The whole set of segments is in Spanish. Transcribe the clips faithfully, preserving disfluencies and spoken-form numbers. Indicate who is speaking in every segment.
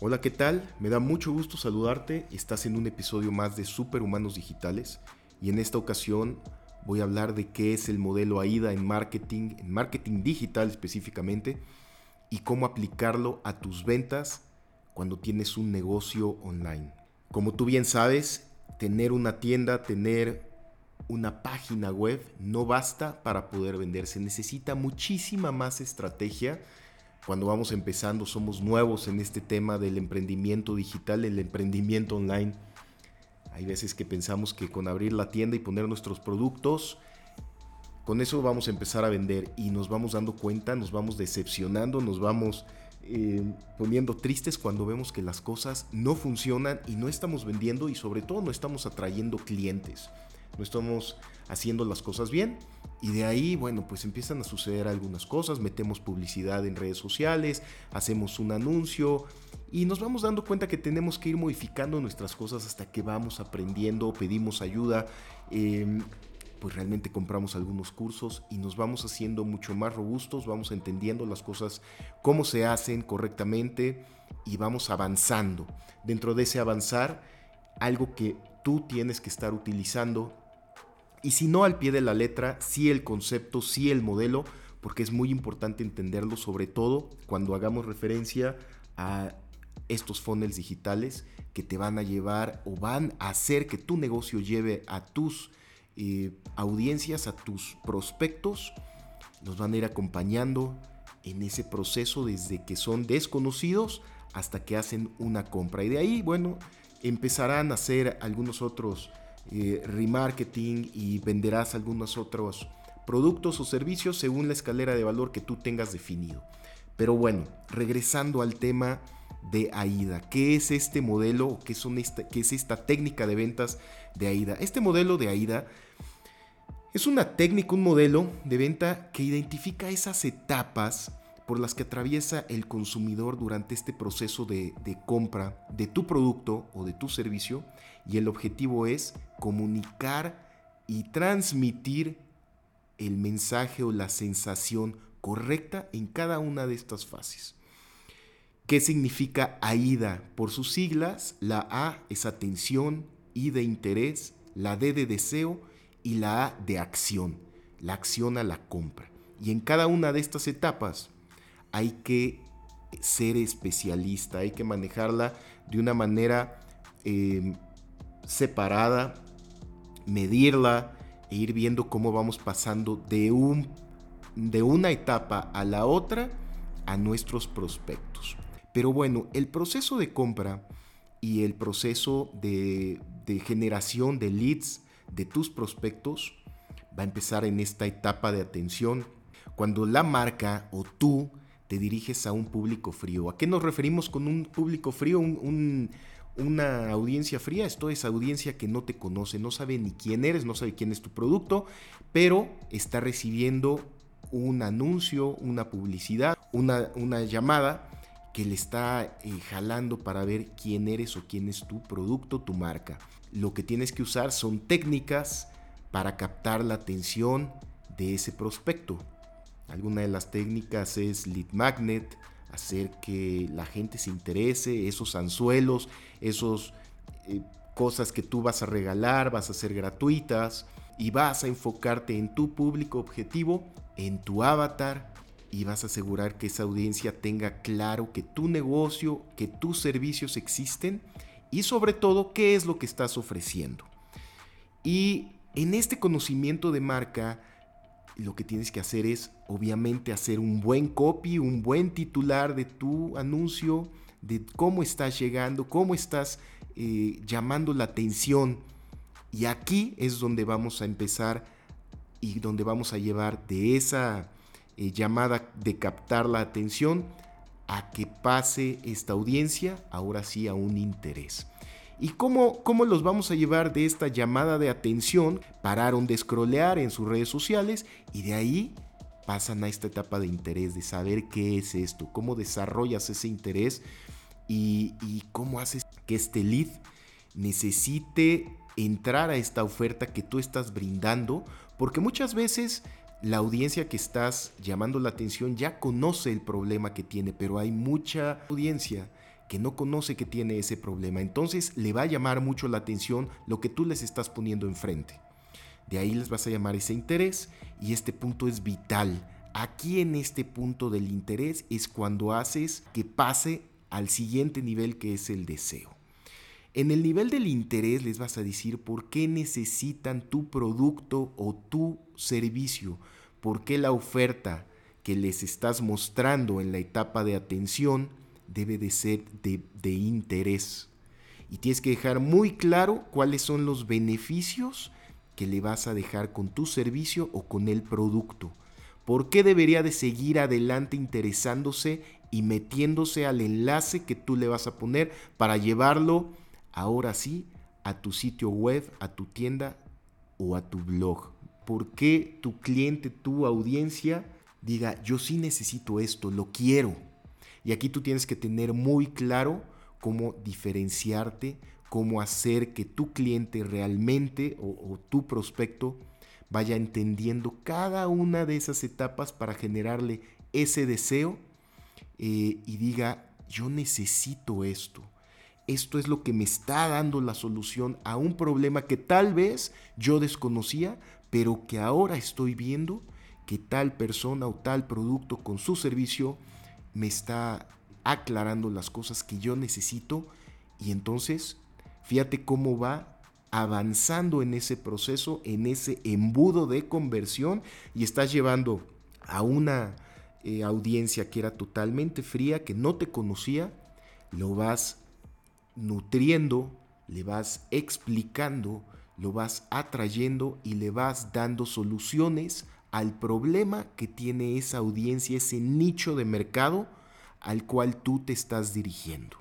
Speaker 1: Hola, ¿qué tal? Me da mucho gusto saludarte. Estás en un episodio más de Superhumanos Digitales y en esta ocasión voy a hablar de qué es el modelo AIDA en marketing, en marketing digital específicamente, y cómo aplicarlo a tus ventas cuando tienes un negocio online. Como tú bien sabes, tener una tienda, tener una página web no basta para poder vender. Se necesita muchísima más estrategia. Cuando vamos empezando, somos nuevos en este tema del emprendimiento digital, el emprendimiento online. Hay veces que pensamos que con abrir la tienda y poner nuestros productos, con eso vamos a empezar a vender, y nos vamos dando cuenta, nos vamos decepcionando, nos vamos eh, poniendo tristes cuando vemos que las cosas no funcionan y no estamos vendiendo, y sobre todo no estamos atrayendo clientes, no estamos haciendo las cosas bien. Y de ahí, bueno, pues empiezan a suceder algunas cosas. Metemos publicidad en redes sociales, hacemos un anuncio y nos vamos dando cuenta que tenemos que ir modificando nuestras cosas hasta que vamos aprendiendo, pedimos ayuda, eh, pues realmente compramos algunos cursos y nos vamos haciendo mucho más robustos, vamos entendiendo las cosas, cómo se hacen correctamente, y vamos avanzando. Dentro de ese avanzar, algo que tú tienes que estar utilizando, y si no al pie de la letra, sí el concepto, sí el modelo, porque es muy importante entenderlo, sobre todo cuando hagamos referencia a estos funnels digitales que te van a llevar o van a hacer que tu negocio lleve a tus eh, audiencias, a tus prospectos. Nos van a ir acompañando en ese proceso desde que son desconocidos hasta que hacen una compra. Y de ahí, bueno, empezarán a hacer algunos otros eh, remarketing y venderás algunos otros productos o servicios según la escalera de valor que tú tengas definido. Pero bueno, regresando al tema de AIDA. ¿Qué es este modelo? ¿Qué, son esta, ¿Qué es esta técnica de ventas de AIDA? Este modelo de AIDA es una técnica, un modelo de venta que identifica esas etapas por las que atraviesa el consumidor durante este proceso de, de compra de tu producto o de tu servicio, y el objetivo es comunicar y transmitir el mensaje o la sensación correcta en cada una de estas fases. ¿Qué significa AIDA? Por sus siglas, la A es atención, I de interés, la D de deseo y la A de acción, la acción a la compra. Y en cada una de estas etapas hay que ser especialista, hay que manejarla de una manera eh, separada, medirla e ir viendo cómo vamos pasando de, un, de una etapa a la otra a nuestros prospectos. Pero bueno, el proceso de compra y el proceso de, de generación de leads de tus prospectos va a empezar en esta etapa de atención, cuando la marca o tú te diriges a un público frío. ¿A qué nos referimos con un público frío? Un, un, una audiencia fría. Esto es audiencia que no te conoce, no sabe ni quién eres, no sabe quién es tu producto, pero está recibiendo un anuncio, una publicidad, una, una llamada que le está eh, jalando para ver quién eres o quién es tu producto, tu marca. Lo que tienes que usar son técnicas para captar la atención de ese prospecto. Alguna de las técnicas es lead magnet, hacer que la gente se interese, esos anzuelos, esos eh, cosas que tú vas a regalar, vas a hacer gratuitas, y vas a enfocarte en tu público objetivo, en tu avatar, y vas a asegurar que esa audiencia tenga claro que tu negocio, que tus servicios existen, y sobre todo qué es lo que estás ofreciendo. Y en este conocimiento de marca, lo que tienes que hacer es obviamente hacer un buen copy, un buen titular de tu anuncio, de cómo estás llegando, cómo estás eh, llamando la atención. Y aquí es donde vamos a empezar y donde vamos a llevar de esa eh, llamada de captar la atención a que pase esta audiencia ahora sí a un interés. ¿Y cómo, cómo los vamos a llevar de esta llamada de atención? Pararon de scrollear en sus redes sociales y de ahí pasan a esta etapa de interés, de saber qué es esto, cómo desarrollas ese interés y, y cómo haces que este lead necesite entrar a esta oferta que tú estás brindando, porque muchas veces la audiencia que estás llamando la atención ya conoce el problema que tiene, pero hay mucha audiencia que no conoce que tiene ese problema. Entonces le va a llamar mucho la atención lo que tú les estás poniendo enfrente. De ahí les vas a llamar ese interés y este punto es vital. Aquí en este punto del interés es cuando haces que pase al siguiente nivel, que es el deseo. En el nivel del interés les vas a decir por qué necesitan tu producto o tu servicio, por qué la oferta que les estás mostrando en la etapa de atención debe de ser de, de interés. Y tienes que dejar muy claro cuáles son los beneficios que le vas a dejar con tu servicio o con el producto. ¿Por qué debería de seguir adelante interesándose y metiéndose al enlace que tú le vas a poner para llevarlo ahora sí a tu sitio web, a tu tienda o a tu blog? ¿Por qué tu cliente, tu audiencia diga, yo sí necesito esto, lo quiero? Y aquí tú tienes que tener muy claro cómo diferenciarte, cómo hacer que tu cliente realmente o, o tu prospecto vaya entendiendo cada una de esas etapas para generarle ese deseo eh, y diga, yo necesito esto. Esto es lo que me está dando la solución a un problema que tal vez yo desconocía, pero que ahora estoy viendo que tal persona o tal producto con su servicio me está aclarando las cosas que yo necesito. Y entonces, fíjate cómo va avanzando en ese proceso, en ese embudo de conversión, y estás llevando a una eh, audiencia que era totalmente fría, que no te conocía, lo vas nutriendo, le vas explicando, lo vas atrayendo y le vas dando soluciones al problema que tiene esa audiencia, ese nicho de mercado al cual tú te estás dirigiendo.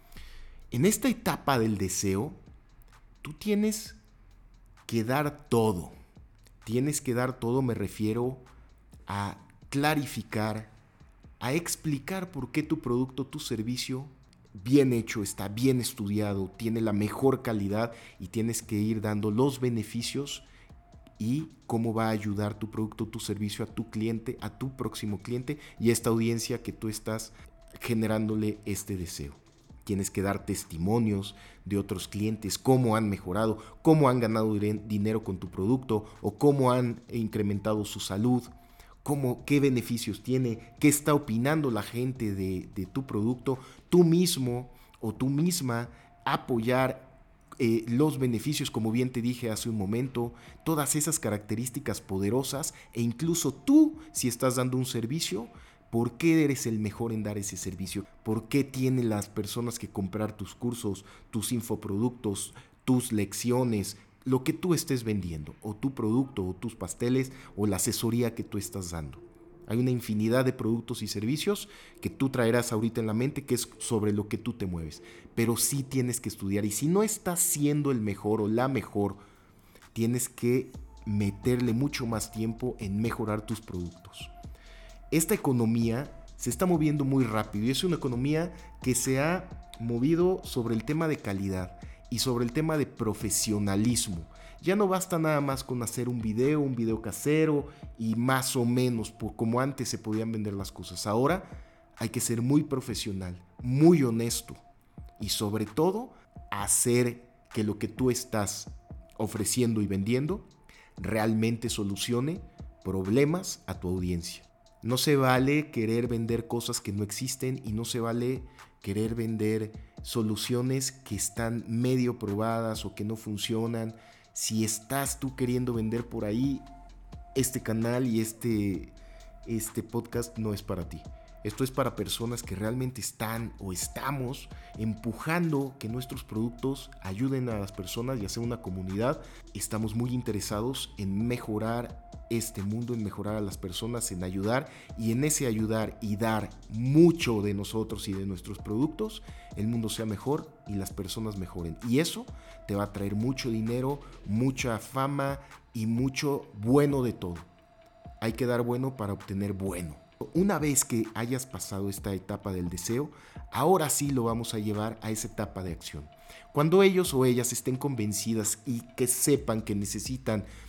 Speaker 1: En esta etapa del deseo, tú tienes que dar todo. Tienes que dar todo, me refiero a clarificar, a explicar por qué tu producto, tu servicio, bien hecho, está bien estudiado, tiene la mejor calidad y tienes que ir dando los beneficios y cómo va a ayudar tu producto, tu servicio a tu cliente, a tu próximo cliente y a esta audiencia que tú estás generándole este deseo. Tienes que dar testimonios de otros clientes, cómo han mejorado, cómo han ganado dinero con tu producto o cómo han incrementado su salud, cómo, qué beneficios tiene, qué está opinando la gente de, de tu producto, tú mismo o tú misma apoyar eh, los beneficios, como bien te dije hace un momento, todas esas características poderosas e incluso tú, si estás dando un servicio, ¿por qué eres el mejor en dar ese servicio? ¿Por qué tienen las personas que comprar tus cursos, tus infoproductos, tus lecciones, lo que tú estés vendiendo, o tu producto, o tus pasteles, o la asesoría que tú estás dando? Hay una infinidad de productos y servicios que tú traerás ahorita en la mente, que es sobre lo que tú te mueves. Pero sí tienes que estudiar, y si no estás siendo el mejor o la mejor, tienes que meterle mucho más tiempo en mejorar tus productos. Esta economía se está moviendo muy rápido y es una economía que se ha movido sobre el tema de calidad y sobre el tema de profesionalismo. Ya no basta nada más con hacer un video, un video casero y más o menos por como antes se podían vender las cosas. Ahora hay que ser muy profesional, muy honesto y sobre todo hacer que lo que tú estás ofreciendo y vendiendo realmente solucione problemas a tu audiencia. No se vale querer vender cosas que no existen y no se vale querer vender soluciones que están medio probadas o que no funcionan. Si estás tú queriendo vender por ahí, este canal y este, este podcast no es para ti. Esto es para personas que realmente están o estamos empujando que nuestros productos ayuden a las personas y a ser una comunidad. Estamos muy interesados en mejorar este mundo, en mejorar a las personas, en ayudar, y en ese ayudar y dar mucho de nosotros y de nuestros productos, el mundo sea mejor y las personas mejoren. Y eso te va a traer mucho dinero, mucha fama y mucho bueno de todo. Hay que dar bueno para obtener bueno. Una vez que hayas pasado esta etapa del deseo, ahora sí lo vamos a llevar a esa etapa de acción. Cuando ellos o ellas estén convencidas y que sepan que necesitan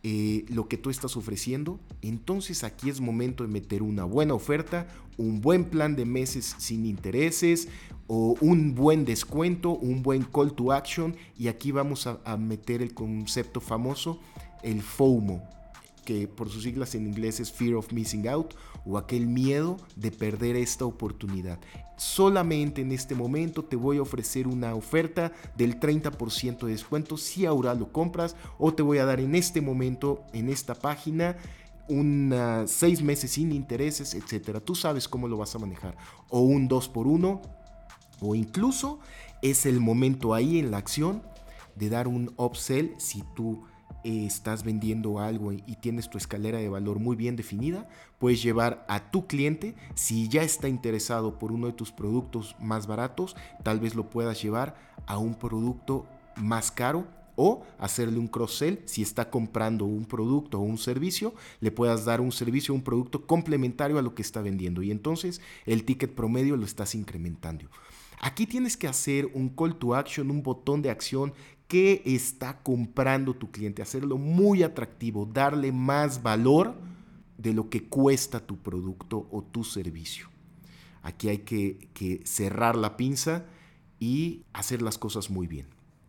Speaker 1: eh, lo que tú estás ofreciendo, entonces aquí es momento de meter una buena oferta, un buen plan de meses sin intereses o un buen descuento, un buen call to action, y aquí vamos a, a meter el concepto famoso, el FOMO, que por sus siglas en inglés es Fear of Missing Out, o aquel miedo de perder esta oportunidad. Solamente en este momento te voy a ofrecer una oferta del treinta por ciento de descuento si ahora lo compras, o te voy a dar en este momento en esta página una seis meses sin intereses, etcétera. Tú sabes cómo lo vas a manejar, o un dos por uno, o incluso es el momento ahí en la acción de dar un upsell. Si tú eh, estás vendiendo algo y, y tienes tu escalera de valor muy bien definida, puedes llevar a tu cliente, si ya está interesado por uno de tus productos más baratos, tal vez lo puedas llevar a un producto más caro, o hacerle un cross-sell. Si está comprando un producto o un servicio, le puedas dar un servicio o un producto complementario a lo que está vendiendo, y entonces el ticket promedio lo estás incrementando. Aquí tienes que hacer un call to action, un botón de acción que está comprando tu cliente, hacerlo muy atractivo, darle más valor de lo que cuesta tu producto o tu servicio. Aquí hay que, que cerrar la pinza y hacer las cosas muy bien.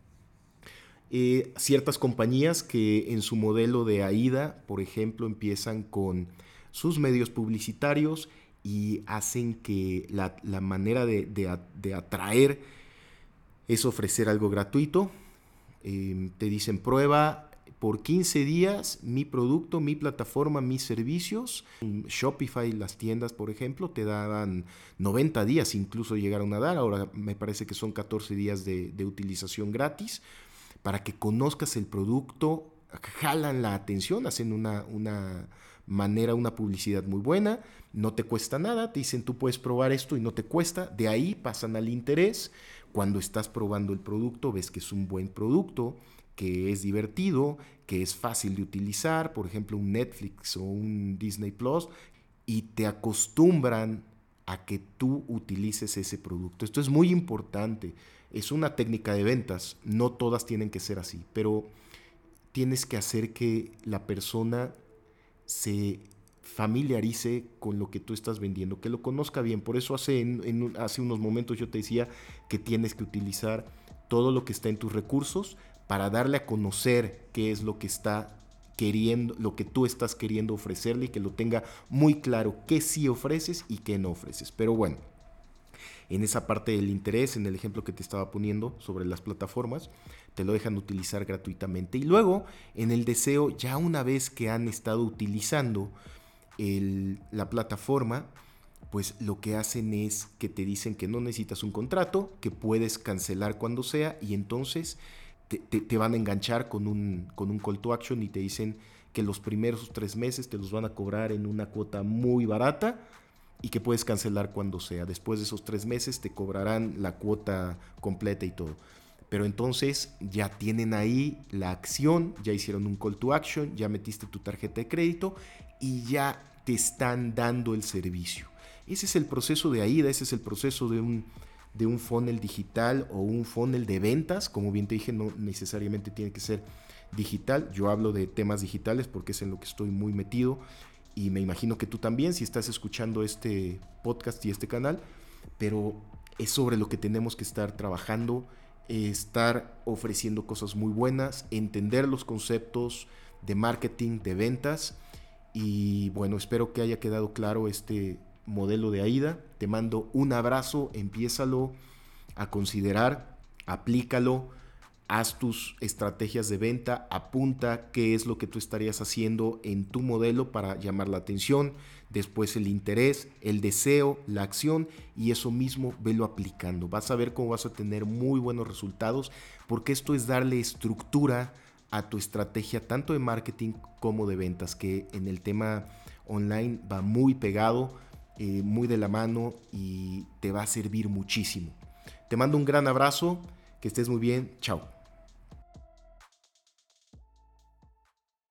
Speaker 1: Eh, ciertas compañías que en su modelo de AIDA, por ejemplo, empiezan con sus medios publicitarios y hacen que la, la manera de, de, de atraer es ofrecer algo gratuito. Eh, te dicen: prueba por quince días mi producto, mi plataforma, mis servicios. Shopify, las tiendas, por ejemplo, te daban noventa días, incluso llegaron a dar. Ahora me parece que son catorce días de, de utilización gratis para que conozcas el producto. Jalan la atención, hacen una, una manera, una publicidad muy buena. No te cuesta nada, te dicen: tú puedes probar esto y no te cuesta. De ahí pasan al interés. Cuando estás probando el producto, ves que es un buen producto, que es divertido, que es fácil de utilizar, por ejemplo un Netflix o un Disney Plus, y te acostumbran a que tú utilices ese producto. Esto es muy importante. Es una técnica de ventas, no todas tienen que ser así, pero tienes que hacer que la persona se familiarice con lo que tú estás vendiendo, que lo conozca bien. Por eso hace, en, en, hace unos momentos yo te decía que tienes que utilizar todo lo que está en tus recursos para darle a conocer qué es lo que está queriendo, lo que tú estás queriendo ofrecerle, y que lo tenga muy claro qué sí ofreces y qué no ofreces. Pero bueno, en esa parte del interés, en el ejemplo que te estaba poniendo sobre las plataformas, te lo dejan utilizar gratuitamente. Y luego, en el deseo, ya una vez que han estado utilizando el, la plataforma, pues lo que hacen es que te dicen que no necesitas un contrato, que puedes cancelar cuando sea, y entonces te, te, te van a enganchar con un, con un call to action y te dicen que los primeros tres meses te los van a cobrar en una cuota muy barata y que puedes cancelar cuando sea. Después de esos tres meses te cobrarán la cuota completa y todo. Pero entonces ya tienen ahí la acción, ya hicieron un call to action, ya metiste tu tarjeta de crédito y ya te están dando el servicio. Ese es el proceso de AIDA, ese es el proceso de un, de un funnel digital o un funnel de ventas. Como bien te dije, no necesariamente tiene que ser digital. Yo hablo de temas digitales porque es en lo que estoy muy metido, y me imagino que tú también, si estás escuchando este podcast y este canal, pero es sobre lo que tenemos que estar trabajando, estar ofreciendo cosas muy buenas, entender los conceptos de marketing, de ventas. Y bueno, espero que haya quedado claro este modelo de AIDA. Te mando un abrazo, empiézalo a considerar, aplícalo, haz tus estrategias de venta, apunta qué es lo que tú estarías haciendo en tu modelo para llamar la atención, después el interés, el deseo, la acción, y eso mismo velo aplicando. Vas a ver cómo vas a tener muy buenos resultados, porque esto es darle estructura a tu estrategia tanto de marketing como de ventas, que en el tema online va muy pegado, eh, muy de la mano, y te va a servir muchísimo. Te mando un gran abrazo, que estés muy bien, chao.